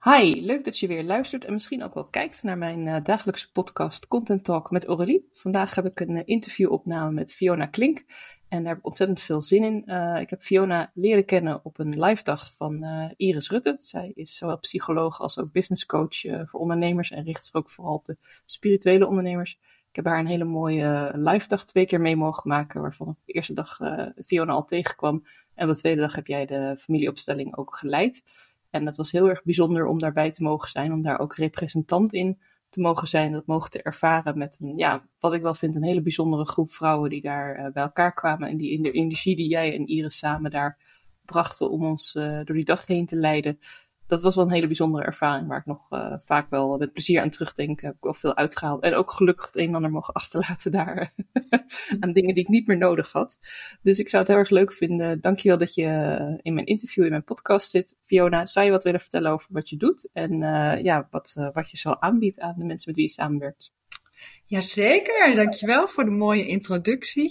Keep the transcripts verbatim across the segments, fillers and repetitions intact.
Hi, leuk dat je weer luistert en misschien ook wel kijkt naar mijn uh, dagelijkse podcast Content Talk met Aurélie. Vandaag heb ik een uh, interviewopname met Fiona Klink en daar heb ik ontzettend veel zin in. Uh, ik heb Fiona leren kennen op een live dag van uh, Iris Rutte. Zij is zowel psycholoog als ook business coach uh, voor ondernemers en richt zich ook vooral op de spirituele ondernemers. Ik heb haar een hele mooie uh, live dag twee keer mee mogen maken, waarvan ik de eerste dag uh, Fiona al tegenkwam en op de tweede dag heb jij de familieopstelling ook geleid. En dat was heel erg bijzonder om daarbij te mogen zijn, om daar ook representant in te mogen zijn, dat mogen te ervaren met een, ja, wat ik wel vind, een hele bijzondere groep vrouwen die daar uh, bij elkaar kwamen en die in de energie die jij en Iris samen daar brachten om ons uh, door die dag heen te leiden. Dat was wel een hele bijzondere ervaring waar ik nog uh, vaak wel met plezier aan terugdenk. Heb ik wel veel uitgehaald en ook gelukkig het een en ander mogen achterlaten daar aan dingen die ik niet meer nodig had. Dus ik zou het heel erg leuk vinden. Dankjewel dat je in mijn interview, in mijn podcast zit. Fiona, zou je wat willen vertellen over wat je doet en uh, ja, wat, uh, wat je zo aanbiedt aan de mensen met wie je samenwerkt? Jazeker, dankjewel voor de mooie introductie.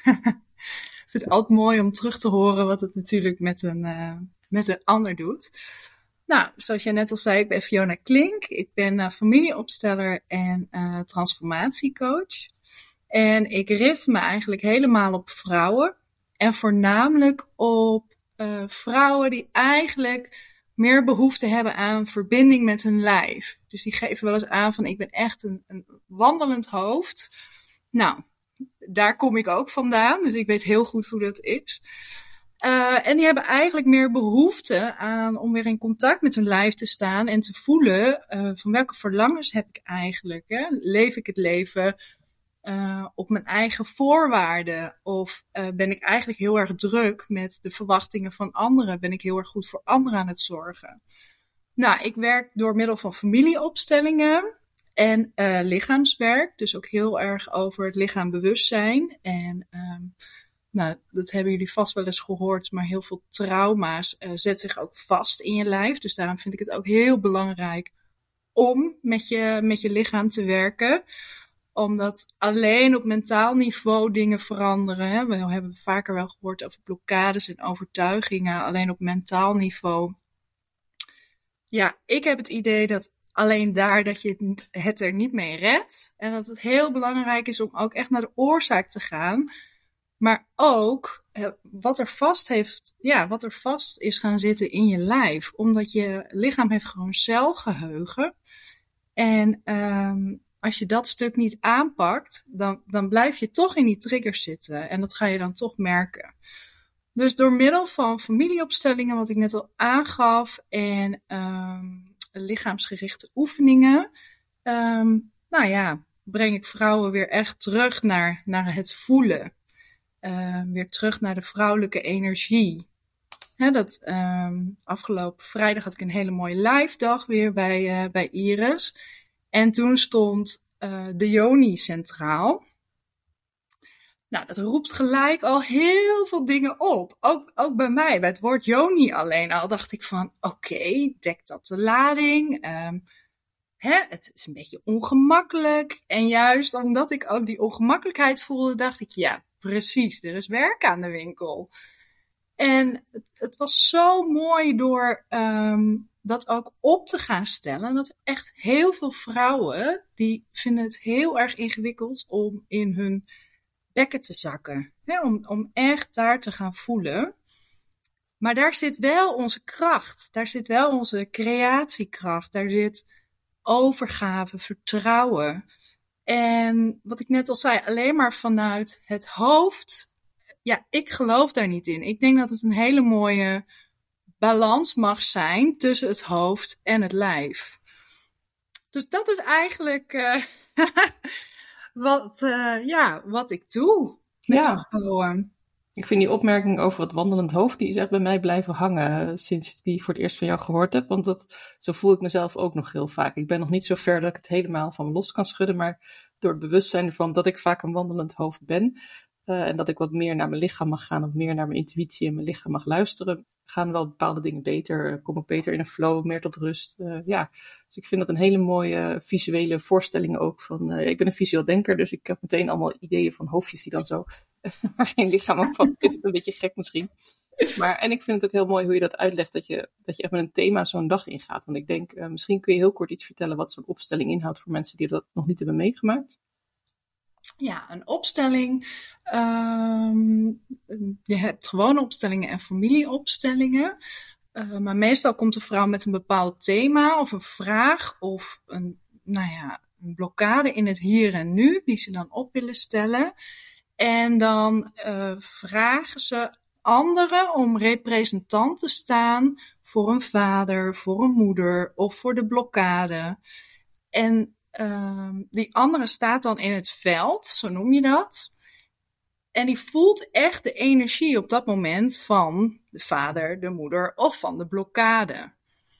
Ik vind het altijd mooi om terug te horen wat het natuurlijk met een, uh, met een ander doet. Nou, zoals jij net al zei, ik ben Fiona Klink. Ik ben uh, familieopsteller en uh, transformatiecoach. En ik richt me eigenlijk helemaal op vrouwen. En voornamelijk op uh, vrouwen die eigenlijk meer behoefte hebben aan verbinding met hun lijf. Dus die geven wel eens aan van ik ben echt een, een wandelend hoofd. Nou, daar kom ik ook vandaan. Dus ik weet heel goed hoe dat is. Uh, en die hebben eigenlijk meer behoefte aan om weer in contact met hun lijf te staan en te voelen uh, van welke verlangens heb ik eigenlijk. Hè? Leef ik het leven uh, op mijn eigen voorwaarden of uh, ben ik eigenlijk heel erg druk met de verwachtingen van anderen? Ben ik heel erg goed voor anderen aan het zorgen? Nou, ik werk door middel van familieopstellingen en uh, lichaamswerk, dus ook heel erg over het lichaambewustzijn en um, nou, dat hebben jullie vast wel eens gehoord, maar heel veel trauma's uh, zet zich ook vast in je lijf. Dus daarom vind ik het ook heel belangrijk om met je, met je lichaam te werken. Omdat alleen op mentaal niveau dingen veranderen. Hè. We hebben vaker wel gehoord over blokkades en overtuigingen. Alleen op mentaal niveau. Ja, ik heb het idee dat alleen daar dat je het er niet mee redt. En dat het heel belangrijk is om ook echt naar de oorzaak te gaan. Maar ook wat er vast heeft, ja, wat er vast is gaan zitten in je lijf. Omdat je lichaam heeft gewoon celgeheugen. En um, als je dat stuk niet aanpakt, dan, dan blijf je toch in die triggers zitten. En dat ga je dan toch merken. Dus door middel van familieopstellingen, wat ik net al aangaf, en um, lichaamsgerichte oefeningen, um, nou ja, breng ik vrouwen weer echt terug naar, naar het voelen. Uh, weer terug naar de vrouwelijke energie. Hè, dat, um, afgelopen vrijdag had ik een hele mooie live dag weer bij, uh, bij Iris. En toen stond uh, de Yoni centraal. Nou, dat roept gelijk al heel veel dingen op. Ook, ook bij mij, bij het woord Yoni alleen al dacht ik van, oké, okay, dekt dat de lading? Um, hè, het is een beetje ongemakkelijk. En juist omdat ik ook die ongemakkelijkheid voelde, dacht ik, ja, precies, er is werk aan de winkel. En het, het was zo mooi door um, dat ook op te gaan stellen. Dat echt heel veel vrouwen, die vinden het heel erg ingewikkeld om in hun bekken te zakken. Hè, om, om echt daar te gaan voelen. Maar daar zit wel onze kracht. Daar zit wel onze creatiekracht. Daar zit overgave, vertrouwen. En wat ik net al zei, alleen maar vanuit het hoofd. Ja, ik geloof daar niet in. Ik denk dat het een hele mooie balans mag zijn tussen het hoofd en het lijf. Dus dat is eigenlijk uh, wat, uh, ja, wat ik doe met ja. vrouwen. Ik vind die opmerking over het wandelend hoofd, die is echt bij mij blijven hangen sinds ik die voor het eerst van jou gehoord heb. Want dat, zo voel ik mezelf ook nog heel vaak. Ik ben nog niet zo ver dat ik het helemaal van me los kan schudden, maar door het bewustzijn ervan dat ik vaak een wandelend hoofd ben uh, en dat ik wat meer naar mijn lichaam mag gaan of meer naar mijn intuïtie en mijn lichaam mag luisteren, gaan wel bepaalde dingen beter, kom ik beter in een flow, meer tot rust. Uh, ja. Dus ik vind dat een hele mooie visuele voorstelling ook. Van, uh, ik ben een visueel denker, dus ik heb meteen allemaal ideeën van hoofdjes die dan zo maar geen lichaam van zit. Een beetje gek misschien. Maar, en ik vind het ook heel mooi hoe je dat uitlegt, dat je, dat je echt met een thema zo'n dag ingaat. Want ik denk, uh, misschien kun je heel kort iets vertellen wat zo'n opstelling inhoudt voor mensen die dat nog niet hebben meegemaakt. Ja, een opstelling. Um, je hebt gewone opstellingen en familieopstellingen. Uh, maar meestal komt de vrouw met een bepaald thema of een vraag of een, nou ja, een blokkade in het hier en nu die ze dan op willen stellen. En dan uh, vragen ze anderen om representant te staan voor een vader, voor een moeder of voor de blokkade. En uh, die andere staat dan in het veld, zo noem je dat. En die voelt echt de energie op dat moment van de vader, de moeder of van de blokkade.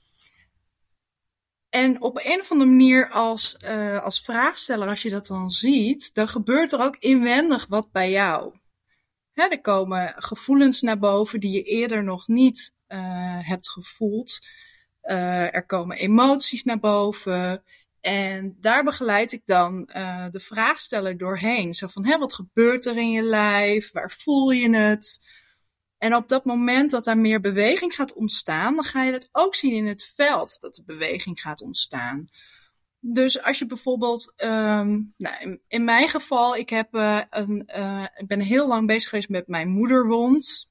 En op een of andere manier als, uh, als vraagsteller, als je dat dan ziet, dan gebeurt er ook inwendig wat bij jou. Hè, er komen gevoelens naar boven die je eerder nog niet uh, hebt gevoeld. Uh, er komen emoties naar boven. En daar begeleid ik dan uh, de vraagsteller doorheen. Zo van, hé, wat gebeurt er in je lijf? Waar voel je het? En op dat moment dat er meer beweging gaat ontstaan, dan ga je dat ook zien in het veld, dat de beweging gaat ontstaan. Dus als je bijvoorbeeld, um, nou, in, in mijn geval, ik, heb, uh, een, uh, ik ben heel lang bezig geweest met mijn moederwond.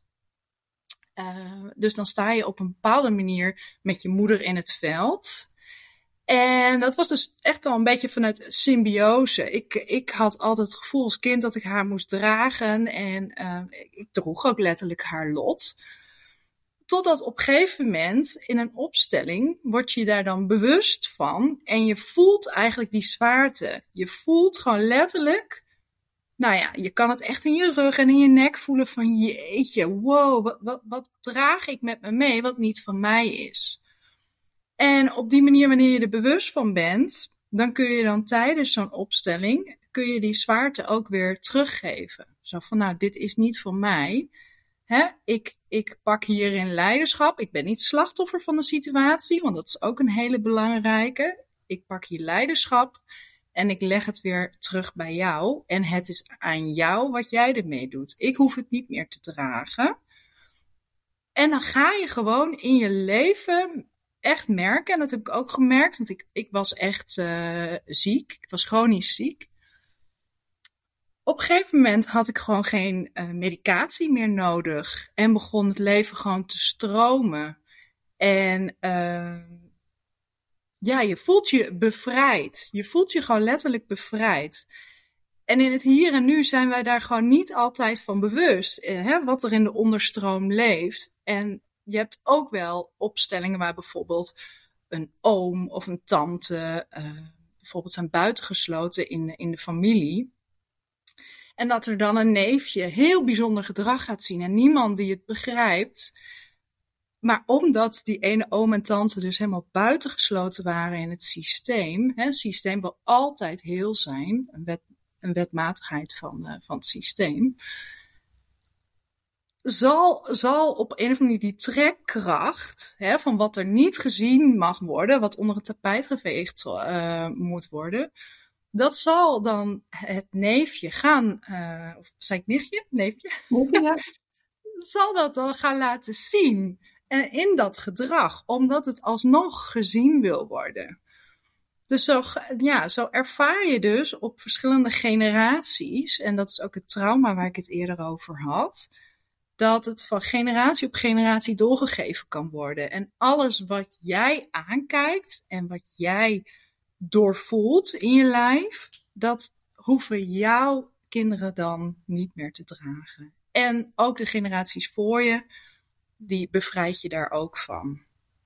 Uh, dus dan sta je op een bepaalde manier met je moeder in het veld. En dat was dus echt wel een beetje vanuit symbiose. Ik, ik had altijd het gevoel als kind dat ik haar moest dragen. En uh, ik droeg ook letterlijk haar lot. Totdat op een gegeven moment in een opstelling word je daar dan bewust van. En je voelt eigenlijk die zwaarte. Je voelt gewoon letterlijk. Nou ja, je kan het echt in je rug en in je nek voelen van jeetje, wow, wat, wat, wat draag ik met me mee wat niet van mij is. En op die manier, wanneer je er bewust van bent, dan kun je dan tijdens zo'n opstelling, kun je die zwaarte ook weer teruggeven. Zo van, nou, dit is niet van mij. Hè? Ik, ik pak hierin leiderschap. Ik ben niet slachtoffer van de situatie, want dat is ook een hele belangrijke. Ik pak hier leiderschap en ik leg het weer terug bij jou. En het is aan jou wat jij ermee doet. Ik hoef het niet meer te dragen. En dan ga je gewoon in je leven echt merken, en dat heb ik ook gemerkt, want ik, ik was echt uh, ziek. Ik was chronisch ziek. Op een gegeven moment had ik gewoon geen uh, medicatie meer nodig. En begon het leven gewoon te stromen. En uh, ja, je voelt je bevrijd. Je voelt je gewoon letterlijk bevrijd. En in het hier en nu zijn wij daar gewoon niet altijd van bewust. Eh, hè, wat er in de onderstroom leeft. En je hebt ook wel opstellingen waar bijvoorbeeld een oom of een tante uh, bijvoorbeeld zijn buitengesloten in, in de familie. En dat er dan een neefje heel bijzonder gedrag gaat zien en niemand die het begrijpt. Maar omdat die ene oom en tante dus helemaal buitengesloten waren in het systeem. Hè, het systeem wil altijd heel zijn, een, wet, een wetmatigheid van, uh, van het systeem. Zal, zal op een of andere manier die trekkracht, hè, van wat er niet gezien mag worden, wat onder het tapijt geveegd uh, moet worden, dat zal dan het neefje gaan, uh, of zei ik nichtje? Neefje? Ja. Zal dat dan gaan laten zien. En in dat gedrag, omdat het alsnog gezien wil worden. Dus zo, ja, zo ervaar je dus op verschillende generaties, en dat is ook het trauma waar ik het eerder over had, dat het van generatie op generatie doorgegeven kan worden. En alles wat jij aankijkt en wat jij doorvoelt in je lijf, dat hoeven jouw kinderen dan niet meer te dragen. En ook de generaties voor je, die bevrijd je daar ook van.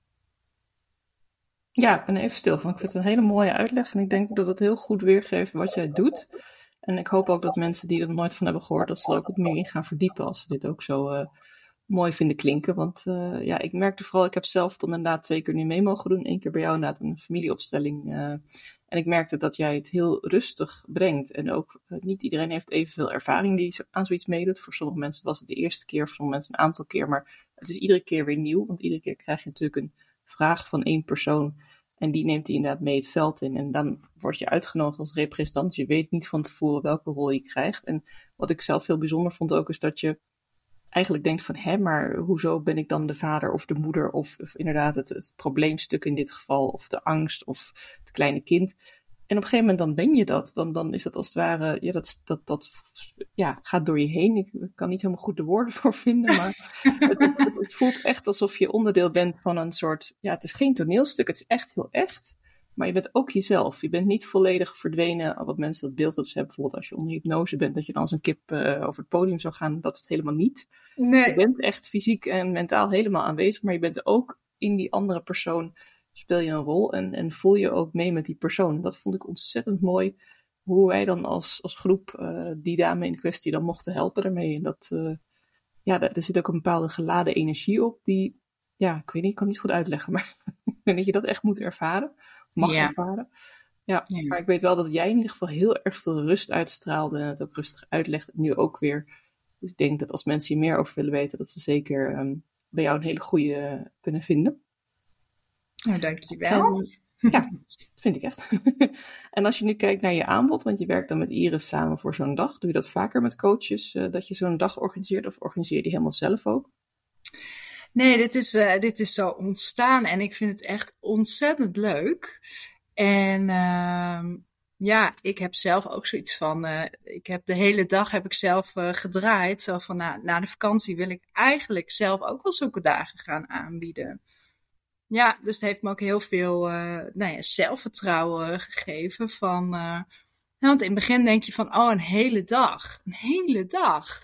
Ja, ik ben even stil van. Ik vind het een hele mooie uitleg en ik denk dat het heel goed weergeeft wat jij doet. En ik hoop ook dat mensen die er nog nooit van hebben gehoord, dat ze er ook wat meer in gaan verdiepen als ze dit ook zo uh, mooi vinden klinken. Want uh, ja, ik merkte vooral, ik heb zelf dan inderdaad twee keer nu mee mogen doen. Eén keer bij jou inderdaad een familieopstelling. Uh, en ik merkte dat jij het heel rustig brengt. En ook uh, niet iedereen heeft evenveel ervaring die aan zoiets meedoet. Voor sommige mensen was het de eerste keer, voor sommige mensen een aantal keer. Maar het is iedere keer weer nieuw, want iedere keer krijg je natuurlijk een vraag van één persoon. En die neemt die inderdaad mee het veld in. En dan word je uitgenodigd als representant. Je weet niet van tevoren welke rol je krijgt. En wat ik zelf heel bijzonder vond ook, is dat je eigenlijk denkt van, hè, maar hoezo ben ik dan de vader of de moeder of, of inderdaad het, het probleemstuk in dit geval of de angst of het kleine kind. En op een gegeven moment dan ben je dat. Dan, dan is dat als het ware, ja, dat, dat, dat ja, gaat door je heen. Ik kan niet helemaal goed de woorden voor vinden, maar het, het, het, het voelt echt alsof je onderdeel bent van een soort, ja, het is geen toneelstuk, het is echt heel echt. Maar je bent ook jezelf. Je bent niet volledig verdwenen. Wat mensen dat beeld dus hebben, bijvoorbeeld als je onder hypnose bent, dat je dan als een kip uh, over het podium zou gaan. Dat is het helemaal niet. Nee. Je bent echt fysiek en mentaal helemaal aanwezig, maar je bent ook in die andere persoon, speel je een rol en, en voel je ook mee met die persoon. Dat vond ik ontzettend mooi, hoe wij dan als, als groep uh, die dame in kwestie dan mochten helpen daarmee. En dat, uh, ja, daar, er zit ook een bepaalde geladen energie op die, ja, ik weet niet, ik kan het niet goed uitleggen, maar ik denk dat je dat echt moet ervaren. Mag Ja. ervaren. Ja, Ja. Maar ik weet wel dat jij in ieder geval heel erg veel rust uitstraalde en het ook rustig uitlegt. Nu ook weer. Dus ik denk dat als mensen hier meer over willen weten, dat ze zeker um, bij jou een hele goede uh, kunnen vinden. Nou, dankjewel. En, ja, dat vind ik echt. En als je nu kijkt naar je aanbod, want je werkt dan met Iris samen voor zo'n dag. Doe je dat vaker met coaches, uh, dat je zo'n dag organiseert? Of organiseer je die helemaal zelf ook? Nee, dit is, uh, dit is zo ontstaan en ik vind het echt ontzettend leuk. En uh, ja, ik heb zelf ook zoiets van, uh, ik heb de hele dag heb ik zelf uh, gedraaid. Zo van, nou, na de vakantie wil ik eigenlijk zelf ook wel zulke dagen gaan aanbieden. Ja, dus het heeft me ook heel veel uh, nou ja, zelfvertrouwen gegeven van... Uh, want in het begin denk je van, oh, een hele dag. Een hele dag.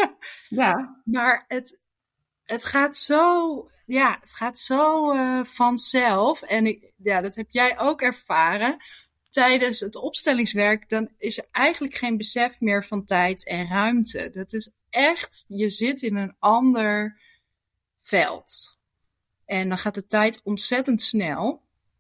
Ja. Maar het... Het gaat zo, ja, het gaat zo uh, vanzelf. En ik, ja, dat heb jij ook ervaren. Tijdens het opstellingswerk, dan is er eigenlijk geen besef meer van tijd en ruimte. Dat is echt, je zit in een ander veld. En dan gaat de tijd ontzettend snel.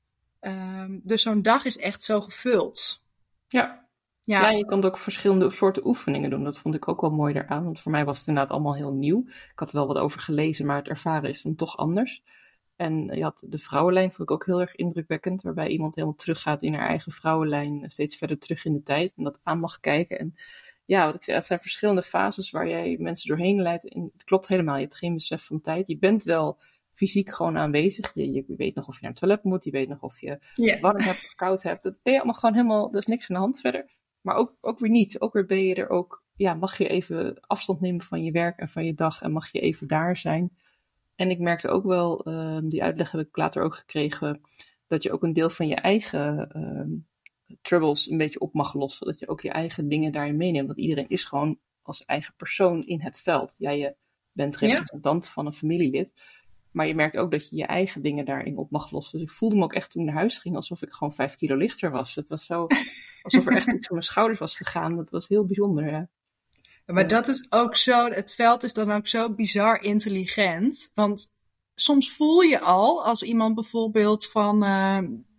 Um, dus zo'n dag is echt zo gevuld. Ja. Ja. ja, je kan ook verschillende soorten oefeningen doen. Dat vond ik ook wel mooi daaraan. Want voor mij was het inderdaad allemaal heel nieuw. Ik had er wel wat over gelezen, maar het ervaren is dan toch anders. En je had de vrouwenlijn, vond ik ook heel erg indrukwekkend. Waarbij iemand helemaal teruggaat in haar eigen vrouwenlijn. Steeds verder terug in de tijd. En dat aan mag kijken. En ja, wat ik zei, het zijn verschillende fases waar jij mensen doorheen leidt. En het klopt helemaal. Je hebt geen besef van tijd. Je bent wel fysiek gewoon aanwezig. Je, je weet nog of je naar het toilet moet. Je weet nog of je Ja. het warm hebt of koud hebt. Dat ben je allemaal gewoon helemaal, er is niks aan de hand verder. Maar ook, ook weer niet. Ook weer ben je er ook, ja, mag je even afstand nemen van je werk en van je dag en mag je even daar zijn. En ik merkte ook wel, uh, die uitleg heb ik later ook gekregen, dat je ook een deel van je eigen uh, troubles een beetje op mag lossen. Dat je ook je eigen dingen daarin meeneemt. Want iedereen is gewoon als eigen persoon in het veld. Jij je bent representant ja. van een familielid. Maar je merkt ook dat je je eigen dingen daarin op mag lossen. Dus ik voelde me ook echt toen ik naar huis ging alsof ik gewoon vijf kilo lichter was. Het was zo, alsof er echt iets van mijn schouders was gegaan. Dat was heel bijzonder, ja. Maar dat is ook zo, het veld is dan ook zo bizar intelligent. Want soms voel je al, als iemand bijvoorbeeld van, uh,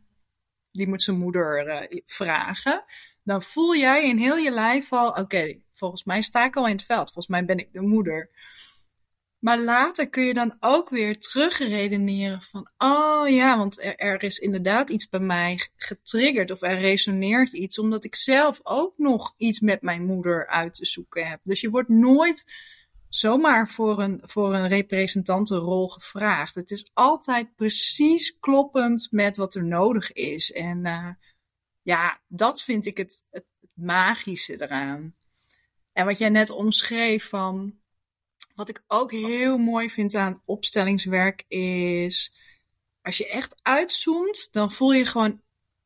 die moet zijn moeder uh, vragen. Dan voel jij in heel je lijf al, oké, okay, volgens mij sta ik al in het veld. Volgens mij ben ik de moeder. Maar later kun je dan ook weer terugredeneren van, oh ja, want er, er is inderdaad iets bij mij getriggerd of er resoneert iets, omdat ik zelf ook nog iets met mijn moeder uit te zoeken heb. Dus je wordt nooit zomaar voor een, voor een representantenrol gevraagd. Het is altijd precies kloppend met wat er nodig is. En uh, ja, dat vind ik het, het magische eraan. En wat jij net omschreef van... Wat ik ook heel mooi vind aan het opstellingswerk is... Als je echt uitzoomt, dan voel je gewoon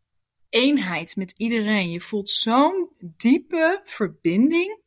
eenheid met iedereen. Je voelt zo'n diepe verbinding.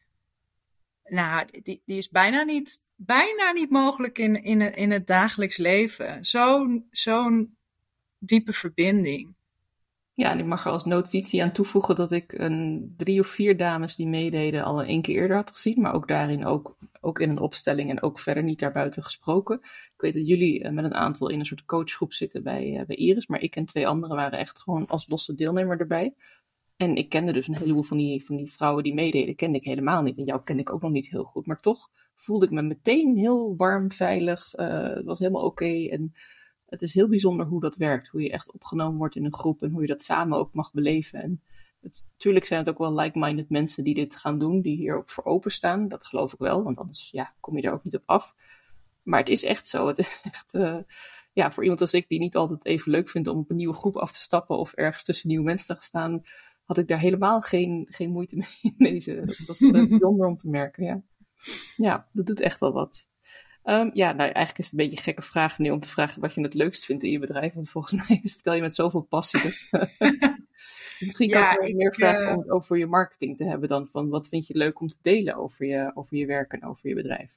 Nou, die, die is bijna niet, bijna niet mogelijk in, in, het, in het dagelijks leven. Zo'n, zo'n diepe verbinding. Ja, en ik mag er als notitie aan toevoegen dat ik een drie of vier dames die meededen al één keer eerder had gezien. Maar ook daarin, ook, ook in een opstelling en ook verder niet daarbuiten gesproken. Ik weet dat jullie met een aantal in een soort coachgroep zitten bij, uh, bij Iris. Maar ik en twee anderen waren echt gewoon als losse deelnemer erbij. En ik kende dus een heleboel van die, van die vrouwen die meededen, kende ik helemaal niet. En jou kende ik ook nog niet heel goed. Maar toch voelde ik me meteen heel warm, veilig. Uh, het was helemaal oké. Okay. En het is heel bijzonder hoe dat werkt. Hoe je echt opgenomen wordt in een groep en hoe je dat samen ook mag beleven. En Het, natuurlijk zijn het ook wel like-minded mensen die dit gaan doen, die hier ook voor openstaan. Dat geloof ik wel, want anders ja, kom je er ook niet op af. Maar het is echt zo. Het is echt, uh, ja, voor iemand als ik die niet altijd even leuk vindt om op een nieuwe groep af te stappen of ergens tussen nieuwe mensen te gaan staan, had ik daar helemaal geen, geen moeite mee in deze. Dat was uh, bijzonder om te merken, ja. Ja, dat doet echt wel wat. Um, ja, nou eigenlijk is het een beetje een gekke vraag nu om te vragen wat je het leukst vindt in je bedrijf. Want volgens mij vertel je met zoveel passie. Misschien kan ja, ik wel meer vragen uh... om het over je marketing te hebben dan. Van wat vind je leuk om te delen over je, over je werk en over je bedrijf?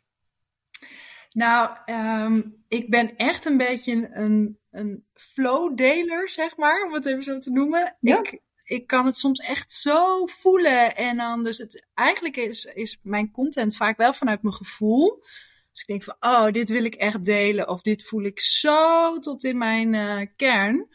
Nou, um, ik ben echt een beetje een, een flow-deler, zeg maar, om het even zo te noemen. Ja? Ik, ik kan het soms echt zo voelen. En dan dus het, eigenlijk is, is mijn content vaak wel vanuit mijn gevoel. Dus ik denk van, oh, dit wil ik echt delen. Of dit voel ik zo tot in mijn uh, kern.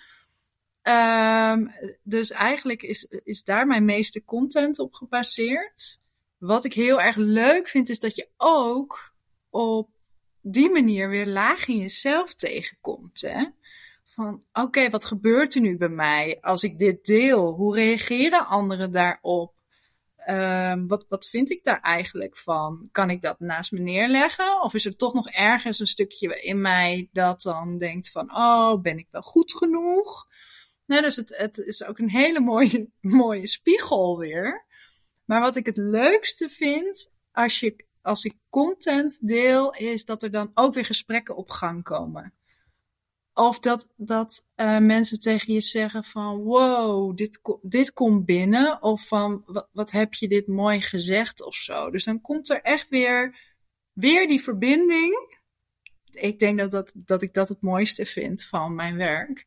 Um, dus eigenlijk is, is daar mijn meeste content op gebaseerd. Wat ik heel erg leuk vind, is dat je ook op die manier weer laag in jezelf tegenkomt. Hè? Van, oké, okay, wat gebeurt er nu bij mij als ik dit deel? Hoe reageren anderen daarop? Um, wat, wat vind ik daar eigenlijk van? Kan ik dat naast me neerleggen? Of is er toch nog ergens een stukje in mij dat dan denkt van, oh, ben ik wel goed genoeg? Nou, dus het, het is ook een hele mooie, mooie spiegel weer. Maar wat ik het leukste vind, als, je, als ik content deel, is dat er dan ook weer gesprekken op gang komen. Of dat, dat uh, mensen tegen je zeggen van, wow, dit, dit komt binnen. Of van, wat, wat heb je dit mooi gezegd of zo. Dus dan komt er echt weer, weer die verbinding. Ik denk dat, dat, dat ik dat het mooiste vind van mijn werk.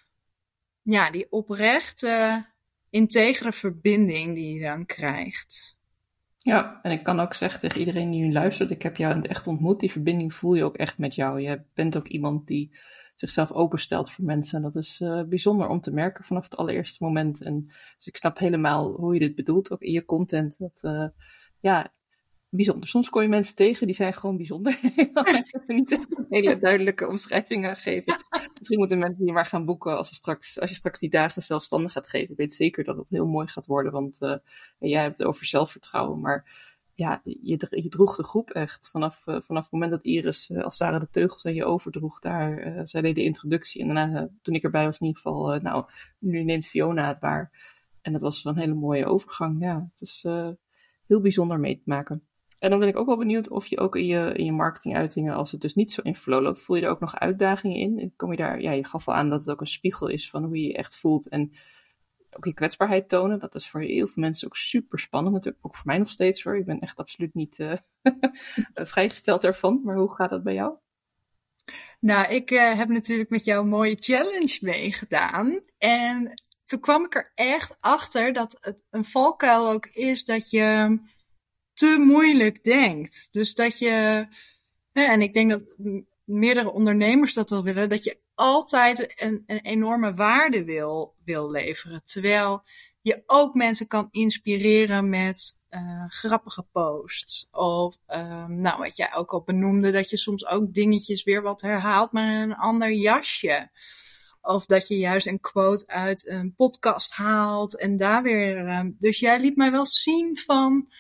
Ja, die oprechte, integere verbinding die je dan krijgt. Ja, en ik kan ook zeggen tegen iedereen die nu luistert, ik heb jou in het echt ontmoet, die verbinding voel je ook echt met jou. Je bent ook iemand die zichzelf openstelt voor mensen. En dat is uh, bijzonder om te merken vanaf het allereerste moment. En dus ik snap helemaal hoe je dit bedoelt, ook in je content. Dat, uh, ja, bijzonder. Soms kom je mensen tegen, die zijn gewoon bijzonder. Ik kan even niet een hele duidelijke omschrijving aan geven. Misschien moeten mensen die maar gaan boeken als je straks, als je straks die dagen zelfstandig gaat geven. Ik weet zeker dat het heel mooi gaat worden, want uh, jij hebt het over zelfvertrouwen. Maar ja, je, je droeg de groep echt. Vanaf, uh, vanaf het moment dat Iris uh, als het ware de teugels aan je overdroeg, daar, uh, zij deed de introductie. En daarna, uh, toen ik erbij was, in ieder geval, uh, nou, nu neemt Fiona het waar. En dat was een hele mooie overgang. Ja, het is uh, heel bijzonder mee te maken. En dan ben ik ook wel benieuwd of je ook in je, in je marketinguitingen, als het dus niet zo in flow loopt, voel je er ook nog uitdagingen in? Kom je daar, ja, je gaf al aan dat het ook een spiegel is van hoe je je echt voelt en ook je kwetsbaarheid tonen. Dat is voor heel veel mensen ook super spannend, natuurlijk ook voor mij nog steeds hoor. Ik ben echt absoluut niet uh, vrijgesteld daarvan, maar hoe gaat dat bij jou? Nou, ik uh, heb natuurlijk met jou een mooie challenge meegedaan en toen kwam ik er echt achter dat het een valkuil ook is dat je te moeilijk denkt. Dus dat je, en ik denk dat meerdere ondernemers dat wel willen, dat je altijd een, een enorme waarde wil, wil leveren. Terwijl je ook mensen kan inspireren met uh, grappige posts. Of, um, nou wat jij ook al benoemde, dat je soms ook dingetjes weer wat herhaalt, maar in een ander jasje. Of dat je juist een quote uit een podcast haalt en daar weer. Uh, dus jij liet mij wel zien van,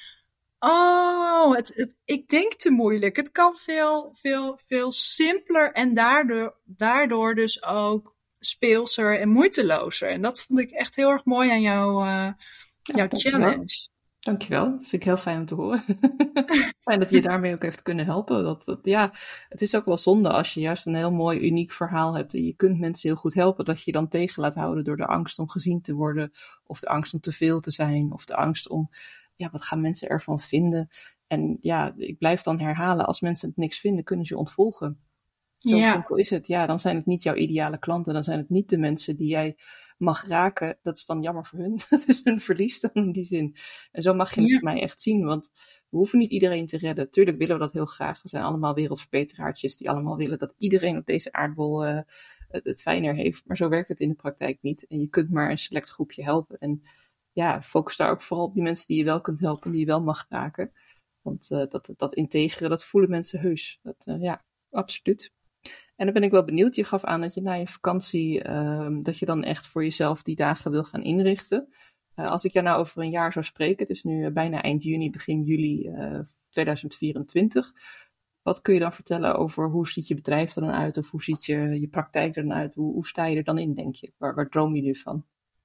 oh, het, het, ik denk te moeilijk. Het kan veel, veel, veel simpeler en daardoor, daardoor dus ook speelser en moeitelozer. En dat vond ik echt heel erg mooi aan jou, uh, ja, jouw challenge. Dankjewel, dat vind ik heel fijn om te horen. Fijn dat je daarmee ook heeft kunnen helpen. Dat, dat, ja, het is ook wel zonde als je juist een heel mooi, uniek verhaal hebt en je kunt mensen heel goed helpen, dat je je dan tegen laat houden door de angst om gezien te worden, of de angst om te veel te zijn, of de angst om, ja, wat gaan mensen ervan vinden? En ja, ik blijf dan herhalen, als mensen het niks vinden, kunnen ze je ontvolgen. Zo Ja. simpel is het. Ja, dan zijn het niet jouw ideale klanten, dan zijn het niet de mensen die jij mag raken. Dat is dan jammer voor hun. Dat is hun verlies dan in die zin. En zo mag je het Ja. voor mij echt zien, want we hoeven niet iedereen te redden. Tuurlijk willen we dat heel graag. We zijn allemaal wereldverbeteraartjes die allemaal willen dat iedereen op deze aardbol uh, het, het fijner heeft. Maar zo werkt het in de praktijk niet. En je kunt maar een select groepje helpen. En ja, focus daar ook vooral op die mensen die je wel kunt helpen, die je wel mag raken. Want uh, dat, dat integere, dat voelen mensen heus. Dat, uh, ja, absoluut. En dan ben ik wel benieuwd. Je gaf aan dat je na je vakantie, uh, dat je dan echt voor jezelf die dagen wil gaan inrichten. Uh, als ik jou nou over een jaar zou spreken, het is nu uh, bijna eind juni, begin juli uh, tweeduizend vierentwintig. Wat kun je dan vertellen over hoe ziet je bedrijf er dan uit? Of hoe ziet je, je praktijk er dan uit? Hoe, hoe sta je er dan in, denk je? Waar, waar droom je nu van?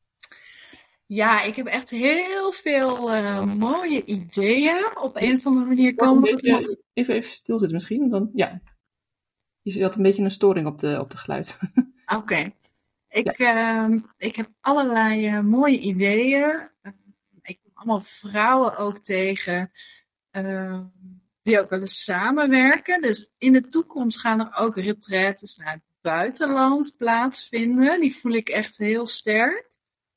Ja, ik heb echt heel veel uh, mooie ideeën. Op een of andere manier komen we nog... Even, even stilzitten misschien. Dan, ja. Je had een beetje een storing op de, op de geluid. Oké. Okay. Ik, ja. uh, ik heb allerlei uh, mooie ideeën. Uh, ik kom allemaal vrouwen ook tegen uh, die ook willen samenwerken. Dus in de toekomst gaan er ook retraites naar het buitenland plaatsvinden. Die voel ik echt heel sterk.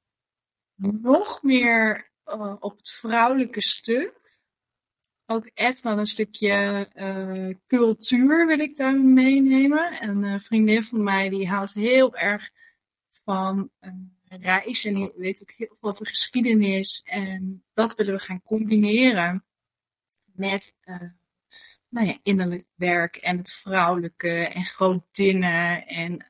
Nog meer uh, op het vrouwelijke stuk. Ook echt wel een stukje uh, cultuur wil ik daar meenemen. En een vriendin van mij die houdt heel erg van uh, reizen. En die weet ook heel veel over geschiedenis. En dat willen we gaan combineren met uh, nou ja, innerlijk werk en het vrouwelijke en godinnen en...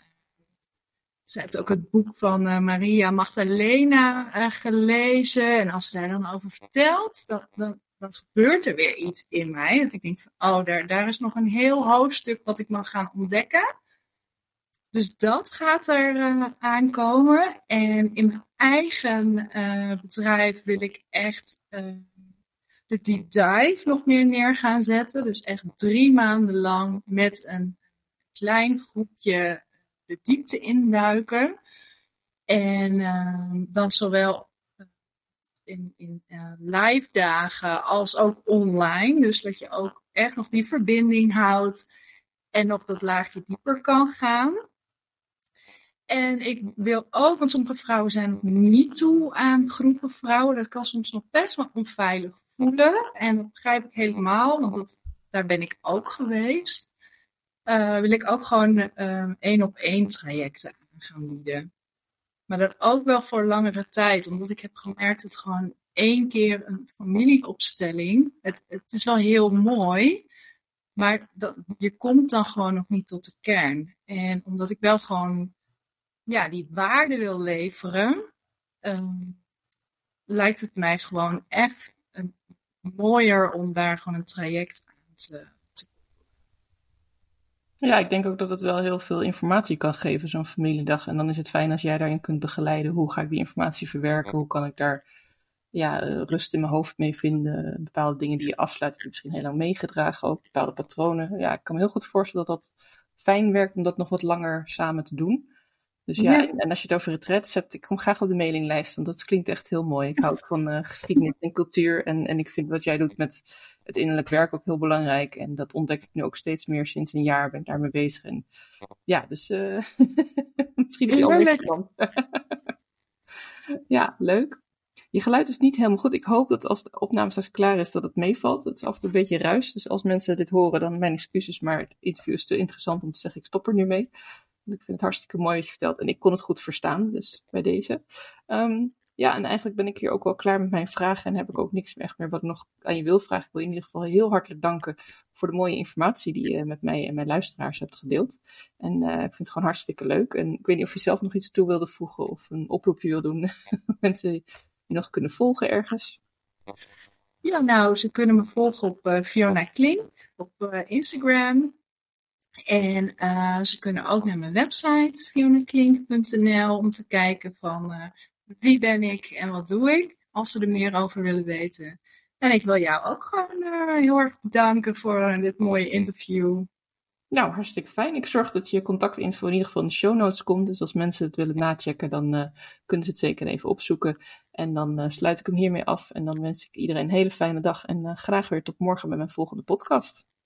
Ze heeft ook het boek van uh, Maria Magdalena uh, gelezen. En als ze daar dan over vertelt, dan, dan, dan gebeurt er weer iets in mij. Dat ik denk van, oh, daar, daar is nog een heel hoofdstuk wat ik mag gaan ontdekken. Dus dat gaat er uh, aankomen. En in mijn eigen uh, bedrijf wil ik echt uh, de deep dive nog meer neer gaan zetten. Dus echt drie maanden lang met een klein groepje de diepte induiken. En uh, dan zowel in, in uh, live dagen als ook online. Dus dat je ook echt nog die verbinding houdt. En nog dat laagje dieper kan gaan. En ik wil ook, want sommige vrouwen zijn nog niet toe aan groepen vrouwen. Dat kan soms nog best wel onveilig voelen. En dat begrijp ik helemaal, want dat, daar ben ik ook geweest. Uh, wil ik ook gewoon uh, één op één trajecten gaan bieden. Maar dat ook wel voor langere tijd. Omdat ik heb gemerkt dat gewoon één keer een familieopstelling. Het, het is wel heel mooi. Maar dat, je komt dan gewoon nog niet tot de kern. En omdat ik wel gewoon ja, die waarde wil leveren. Um, lijkt het mij gewoon echt een, mooier om daar gewoon een traject aan te... Ja, ik denk ook dat het wel heel veel informatie kan geven, zo'n familiedag. En dan is het fijn als jij daarin kunt begeleiden. Hoe ga ik die informatie verwerken? Hoe kan ik daar ja, rust in mijn hoofd mee vinden? Bepaalde dingen die je afsluit, heb je misschien heel lang meegedragen. Ook bepaalde patronen. Ja, ik kan me heel goed voorstellen dat dat fijn werkt om dat nog wat langer samen te doen. Dus ja, ja. En als je het over retreats hebt, ik kom graag op de mailinglijst. Want dat klinkt echt heel mooi. Ik hou ook van uh, geschiedenis en cultuur. En, en ik vind wat jij doet met het innerlijk werk ook heel belangrijk. En dat ontdek ik nu ook steeds meer. Sinds een jaar ben ik daarmee bezig. En ja, dus uh, misschien is je al interessant. Ja, leuk. Je geluid is niet helemaal goed. Ik hoop dat als de opname straks klaar is, dat het meevalt. Het is af en toe een beetje ruis. Dus als mensen dit horen, dan mijn excuses. Maar het interview is te interessant om te zeggen, ik stop er nu mee. Ik vind het hartstikke mooi wat je vertelt. En ik kon het goed verstaan, dus bij deze. Um, ja, en eigenlijk ben ik hier ook wel klaar met mijn vragen. En heb ik ook niks meer, meer wat ik nog aan je wil vragen. Ik wil je in ieder geval heel hartelijk danken voor de mooie informatie die je met mij en mijn luisteraars hebt gedeeld. En uh, ik vind het gewoon hartstikke leuk. En ik weet niet of je zelf nog iets toe wilde voegen of een oproepje wil doen. Mensen die nog kunnen volgen ergens. Ja, nou, ze kunnen me volgen op uh, Fiona Klink, op uh, Instagram. En uh, ze kunnen ook naar mijn website, fiona klink punt n l, om te kijken van uh, wie ben ik en wat doe ik, als ze er meer over willen weten. En ik wil jou ook gewoon uh, heel erg bedanken voor uh, dit mooie interview. Nou, hartstikke fijn. Ik zorg dat je contactinfo in ieder geval in de show notes komt. Dus als mensen het willen nachecken, dan uh, kunnen ze het zeker even opzoeken. En dan uh, sluit ik hem hiermee af. En dan wens ik iedereen een hele fijne dag. En uh, graag weer tot morgen bij mijn volgende podcast.